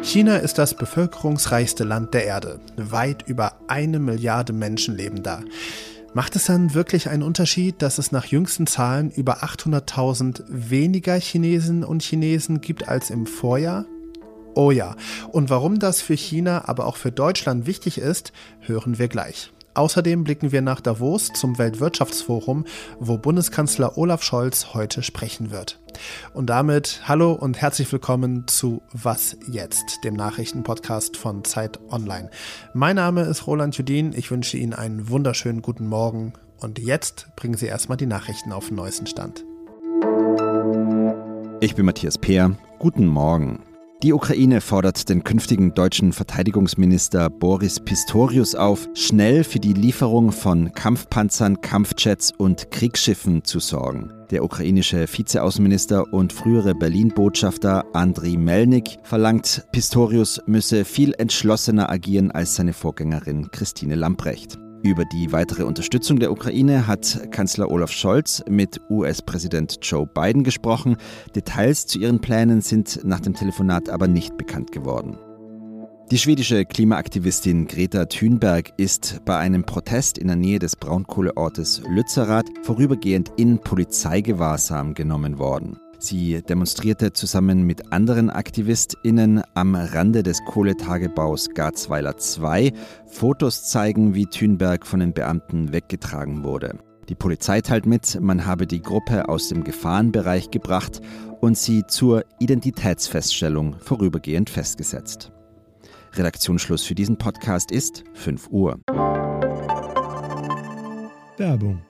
China ist das bevölkerungsreichste Land der Erde. Weit über 1 Milliarde Menschen leben da. Macht es dann wirklich einen Unterschied, dass es nach jüngsten Zahlen über 800.000 weniger Chinesinnen und Chinesen gibt als im Vorjahr? Oh ja, und warum das für China, aber auch für Deutschland wichtig ist, hören wir gleich. Außerdem blicken wir nach Davos zum Weltwirtschaftsforum, wo Bundeskanzler Olaf Scholz heute sprechen wird. Und damit hallo und herzlich willkommen zu Was jetzt, dem Nachrichtenpodcast von Zeit Online. Mein Name ist Roland Judin, ich wünsche Ihnen einen wunderschönen guten Morgen und jetzt bringen Sie erstmal die Nachrichten auf den neuesten Stand. Ich bin Matthias Peer, guten Morgen. Die Ukraine fordert den künftigen deutschen Verteidigungsminister Boris Pistorius auf, schnell für die Lieferung von Kampfpanzern, Kampfjets und Kriegsschiffen zu sorgen. Der ukrainische Vizeaußenminister und frühere Berlin-Botschafter Andriy Melnik verlangt, Pistorius müsse viel entschlossener agieren als seine Vorgängerin Christine Lambrecht. Über die weitere Unterstützung der Ukraine hat Kanzler Olaf Scholz mit US-Präsident Joe Biden gesprochen. Details zu ihren Plänen sind nach dem Telefonat aber nicht bekannt geworden. Die schwedische Klimaaktivistin Greta Thunberg ist bei einem Protest in der Nähe des Braunkohleortes Lützerath vorübergehend in Polizeigewahrsam genommen worden. Sie demonstrierte zusammen mit anderen AktivistInnen am Rande des Kohletagebaus Garzweiler 2. Fotos zeigen, wie Thunberg von den Beamten weggetragen wurde. Die Polizei teilt mit, man habe die Gruppe aus dem Gefahrenbereich gebracht und sie zur Identitätsfeststellung vorübergehend festgesetzt. Redaktionsschluss für diesen Podcast ist 5 Uhr. Werbung.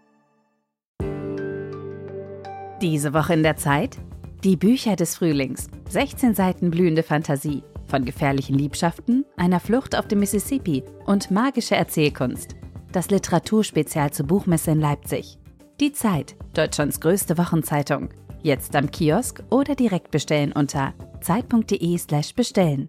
Diese Woche in der Zeit? Die Bücher des Frühlings. 16 Seiten blühende Fantasie. Von gefährlichen Liebschaften, einer Flucht auf dem Mississippi und magische Erzählkunst. Das Literaturspezial zur Buchmesse in Leipzig. Die Zeit, Deutschlands größte Wochenzeitung. Jetzt am Kiosk oder direkt bestellen unter zeit.de/bestellen.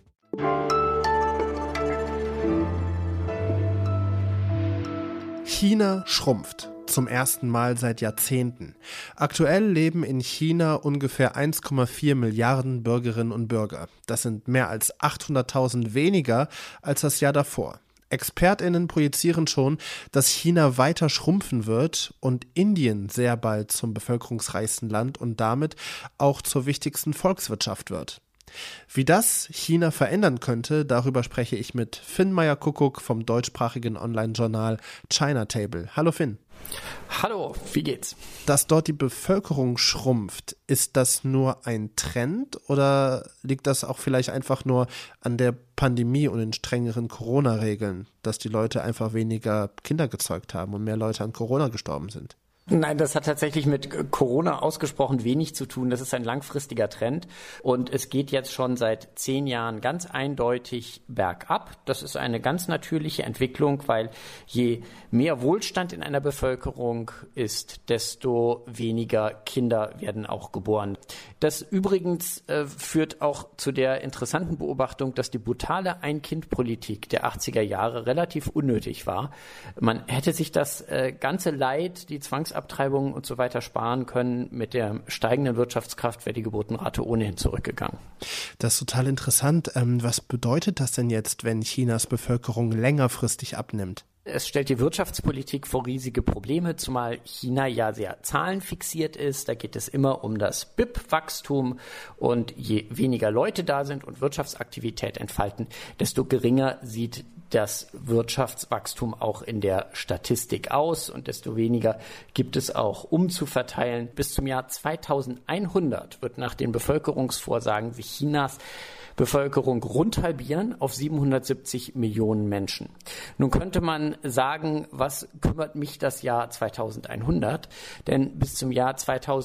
China schrumpft. Zum ersten Mal seit Jahrzehnten. Aktuell leben in China ungefähr 1,4 Milliarden Bürgerinnen und Bürger. Das sind mehr als 800.000 weniger als das Jahr davor. ExpertInnen projizieren schon, dass China weiter schrumpfen wird und Indien sehr bald zum bevölkerungsreichsten Land und damit auch zur wichtigsten Volkswirtschaft wird. Wie das China verändern könnte, darüber spreche ich mit Finn Meyer-Kuckuck vom deutschsprachigen Online-Journal China Table. Hallo Finn. Hallo, wie geht's? Dass dort die Bevölkerung schrumpft, ist das nur ein Trend oder liegt das auch vielleicht einfach nur an der Pandemie und den strengeren Corona-Regeln, dass die Leute einfach weniger Kinder gezeugt haben und mehr Leute an Corona gestorben sind? Nein, das hat tatsächlich mit Corona ausgesprochen wenig zu tun. Das ist ein langfristiger Trend und es geht jetzt schon seit 10 Jahren ganz eindeutig bergab. Das ist eine ganz natürliche Entwicklung, weil je mehr Wohlstand in einer Bevölkerung ist, desto weniger Kinder werden auch geboren. Das übrigens führt auch zu der interessanten Beobachtung, dass die brutale Ein-Kind-Politik der 80er Jahre relativ unnötig war. Man hätte sich das ganze Leid, die Zwangsabtreibungen und so weiter sparen können. Mit der steigenden Wirtschaftskraft wäre die Geburtenrate ohnehin zurückgegangen. Das ist total interessant. Was bedeutet das denn jetzt, wenn Chinas Bevölkerung längerfristig abnimmt? Es stellt die Wirtschaftspolitik vor riesige Probleme, zumal China ja sehr zahlenfixiert ist. Da geht es immer um das BIP-Wachstum und je weniger Leute da sind und Wirtschaftsaktivität entfalten, desto geringer sieht das Wirtschaftswachstum auch in der Statistik aus und desto weniger gibt es auch umzuverteilen. Bis zum Jahr 2100 wird nach den Bevölkerungsvorsagen sich Chinas Bevölkerung rund halbieren auf 770 Millionen Menschen. Nun könnte man sagen, was kümmert mich das Jahr 2100? Denn bis zum Jahr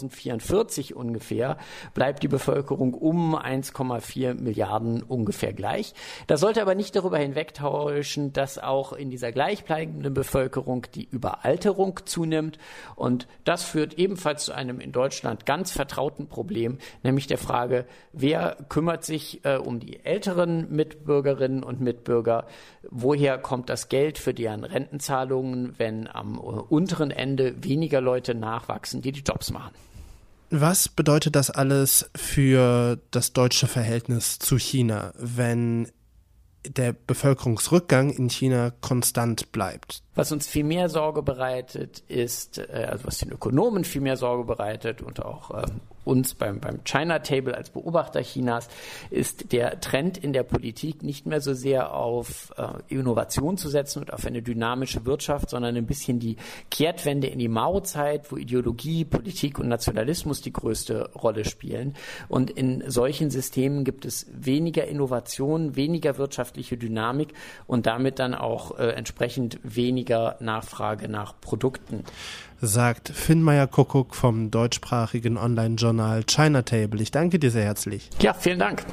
2044 ungefähr bleibt die Bevölkerung um 1,4 Milliarden ungefähr gleich. Das sollte aber nicht darüber hinwegtäuschen, dass auch in dieser gleichbleibenden Bevölkerung die Überalterung zunimmt. Und das führt ebenfalls zu einem in Deutschland ganz vertrauten Problem, nämlich der Frage, wer kümmert sich um die älteren Mitbürgerinnen und Mitbürger? Woher kommt das Geld für deren Rentenzahlungen, wenn am unteren Ende weniger Leute nachwachsen, die die Jobs machen? Was bedeutet das alles für das deutsche Verhältnis zu China, wenn der Bevölkerungsrückgang in China konstant bleibt? Was uns viel mehr Sorge bereitet, ist, also was den Ökonomen viel mehr Sorge bereitet und auch uns beim China Table als Beobachter Chinas, ist der Trend in der Politik nicht mehr so sehr auf Innovation zu setzen und auf eine dynamische Wirtschaft, sondern ein bisschen die Kehrtwende in die Mao-Zeit, wo Ideologie, Politik und Nationalismus die größte Rolle spielen. Und in solchen Systemen gibt es weniger Innovation, weniger wirtschaftliche Dynamik und damit dann auch entsprechend weniger Nachfrage nach Produkten. Sagt Finn Meyer-Kuckuck vom deutschsprachigen Online-Journal China Table. Ich danke dir sehr herzlich. Ja, vielen Dank.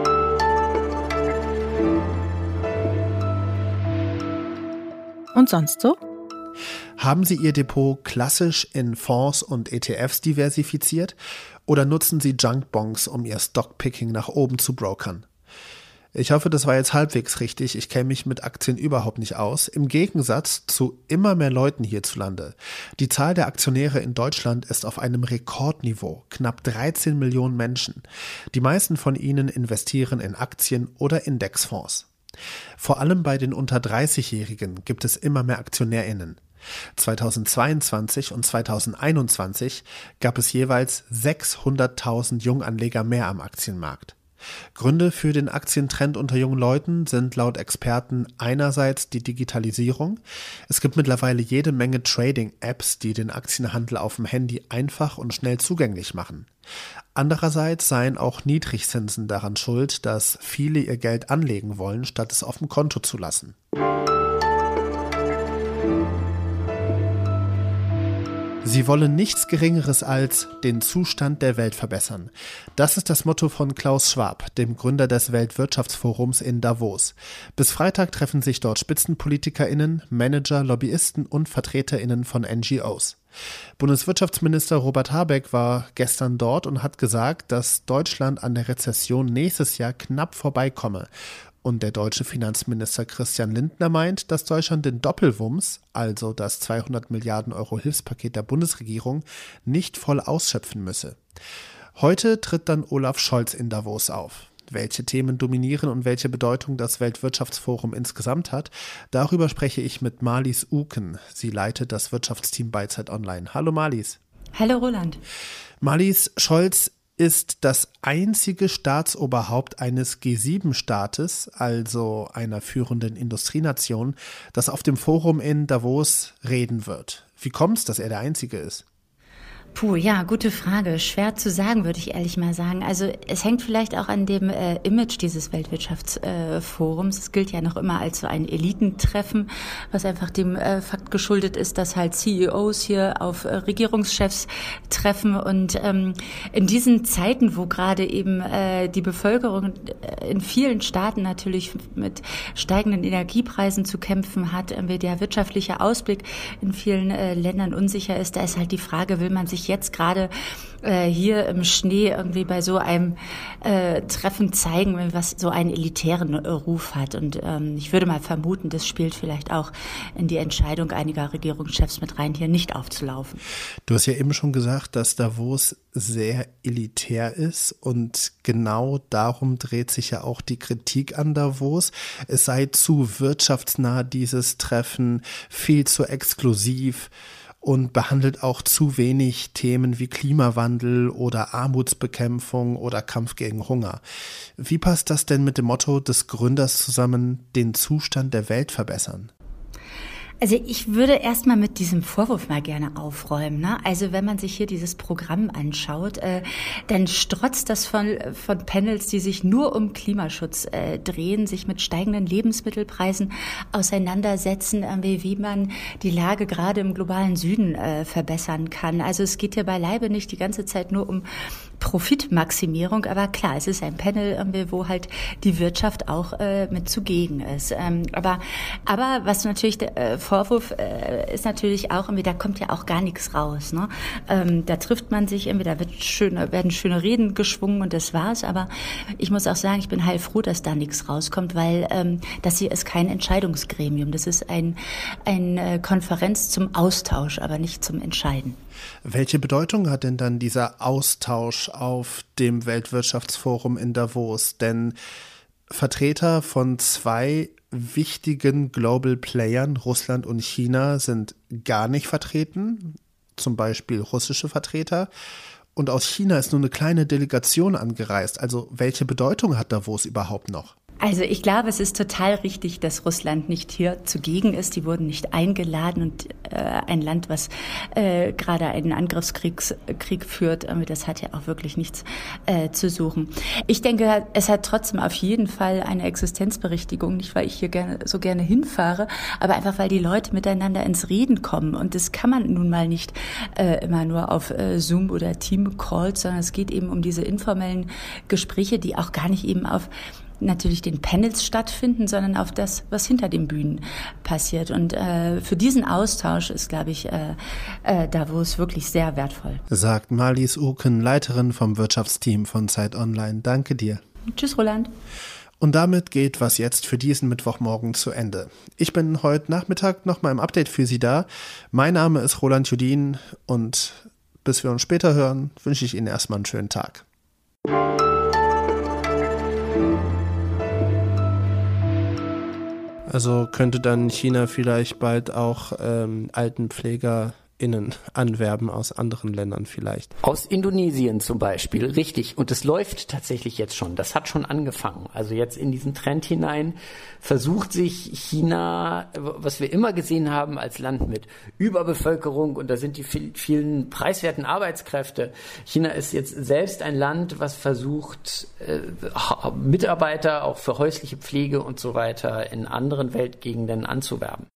Und sonst so? Haben Sie Ihr Depot klassisch in Fonds und ETFs diversifiziert oder nutzen Sie Junkbonds, um Ihr Stockpicking nach oben zu brokern? Ich hoffe, das war jetzt halbwegs richtig. Ich kenne mich mit Aktien überhaupt nicht aus. Im Gegensatz zu immer mehr Leuten hierzulande. Die Zahl der Aktionäre in Deutschland ist auf einem Rekordniveau. Knapp 13 Millionen Menschen. Die meisten von ihnen investieren in Aktien oder Indexfonds. Vor allem bei den unter 30-Jährigen gibt es immer mehr AktionärInnen. 2022 und 2021 gab es jeweils 600.000 Junganleger mehr am Aktienmarkt. Gründe für den Aktientrend unter jungen Leuten sind laut Experten einerseits die Digitalisierung. Es gibt mittlerweile jede Menge Trading-Apps, die den Aktienhandel auf dem Handy einfach und schnell zugänglich machen. Andererseits seien auch Niedrigzinsen daran schuld, dass viele ihr Geld anlegen wollen, statt es auf dem Konto zu lassen. Sie wollen nichts Geringeres als den Zustand der Welt verbessern. Das ist das Motto von Klaus Schwab, dem Gründer des Weltwirtschaftsforums in Davos. Bis Freitag treffen sich dort SpitzenpolitikerInnen, Manager, Lobbyisten und VertreterInnen von NGOs. Bundeswirtschaftsminister Robert Habeck war gestern dort und hat gesagt, dass Deutschland an der Rezession nächstes Jahr knapp vorbeikomme. Und der deutsche Finanzminister Christian Lindner meint, dass Deutschland den Doppelwumms, also das 200 Milliarden Euro Hilfspaket der Bundesregierung, nicht voll ausschöpfen müsse. Heute tritt dann Olaf Scholz in Davos auf. Welche Themen dominieren und welche Bedeutung das Weltwirtschaftsforum insgesamt hat, darüber spreche ich mit Marlies Uken. Sie leitet das Wirtschaftsteam bei Zeit Online. Hallo Marlies. Hallo Roland. Marlies, Scholz ist das einzige Staatsoberhaupt eines G7-Staates, also einer führenden Industrienation, das auf dem Forum in Davos reden wird. Wie kommt es, dass er der Einzige ist? Puh, ja, gute Frage. Schwer zu sagen, würde ich ehrlich mal sagen. Also es hängt vielleicht auch an dem Image dieses Weltwirtschaftsforums. Es gilt ja noch immer als so ein Elitentreffen, was einfach dem Fakt geschuldet ist, dass halt CEOs hier auf Regierungschefs treffen. Und in diesen Zeiten, wo gerade eben die Bevölkerung in vielen Staaten natürlich mit steigenden Energiepreisen zu kämpfen hat, der wirtschaftliche Ausblick in vielen Ländern unsicher ist, da ist halt die Frage, will man sich jetzt gerade hier im Schnee irgendwie bei so einem Treffen zeigen, was so einen elitären Ruf hat. Und ich würde mal vermuten, das spielt vielleicht auch in die Entscheidung einiger Regierungschefs mit rein, hier nicht aufzulaufen. Du hast ja eben schon gesagt, dass Davos sehr elitär ist und genau darum dreht sich ja auch die Kritik an Davos. Es sei zu wirtschaftsnah, dieses Treffen, viel zu exklusiv und behandelt auch zu wenig Themen wie Klimawandel oder Armutsbekämpfung oder Kampf gegen Hunger. Wie passt das denn mit dem Motto des Gründers zusammen, den Zustand der Welt verbessern? Also ich würde erstmal mit diesem Vorwurf mal gerne aufräumen. Ne? Also wenn man sich hier dieses Programm anschaut, dann strotzt das von Panels, die sich nur um Klimaschutz drehen, sich mit steigenden Lebensmittelpreisen auseinandersetzen, wie man die Lage gerade im globalen Süden verbessern kann. Also es geht hier beileibe nicht die ganze Zeit nur um Profitmaximierung, aber klar, es ist ein Panel, wo halt die Wirtschaft auch mit zugegen ist. Aber was natürlich Vorwurf ist natürlich auch irgendwie, da kommt ja auch gar nichts raus. Ne? Da trifft man sich irgendwie, da werden schöne Reden geschwungen und das war's. Aber ich muss auch sagen, ich bin heilfroh, dass da nichts rauskommt, weil das hier ist kein Entscheidungsgremium. Das ist eine Konferenz zum Austausch, aber nicht zum Entscheiden. Welche Bedeutung hat denn dann dieser Austausch auf dem Weltwirtschaftsforum in Davos? Denn Vertreter von zwei wichtigen Global Playern, Russland und China, sind gar nicht vertreten, zum Beispiel russische Vertreter. Und aus China ist nur eine kleine Delegation angereist. Also welche Bedeutung hat Davos überhaupt noch? Also ich glaube, es ist total richtig, dass Russland nicht hier zugegen ist. Die wurden nicht eingeladen und ein Land, was gerade einen Angriffskrieg führt, das hat ja auch wirklich nichts zu Ich denke, es hat trotzdem auf jeden Fall eine Existenzberechtigung, nicht weil ich hier so gerne hinfahre, aber einfach, weil die Leute miteinander ins Reden kommen. Und das kann man nun mal nicht immer nur auf Zoom oder Team-Calls, sondern es geht eben um diese informellen Gespräche, die auch gar nicht eben auf natürlich den Panels stattfinden, sondern auf das, was hinter den Bühnen passiert. Und für diesen Austausch ist, glaube ich, Davos wirklich sehr wertvoll. Sagt Marlies Uken, Leiterin vom Wirtschaftsteam von Zeit Online. Danke dir. Tschüss, Roland. Und damit geht Was jetzt für diesen Mittwochmorgen zu Ende. Ich bin heute Nachmittag nochmal im Update für Sie da. Mein Name ist Roland Judin und bis wir uns später hören, wünsche ich Ihnen erstmal einen schönen Tag. Also könnte dann China vielleicht bald auch AltenpflegerInnen anwerben aus anderen Ländern vielleicht. Aus Indonesien zum Beispiel, richtig. Und es läuft tatsächlich jetzt schon. Das hat schon angefangen. Also jetzt in diesen Trend hinein versucht sich China, was wir immer gesehen haben als Land mit Überbevölkerung, und da sind die vielen preiswerten Arbeitskräfte. China ist jetzt selbst ein Land, was versucht, Mitarbeiter auch für häusliche Pflege und so weiter in anderen Weltgegenden anzuwerben.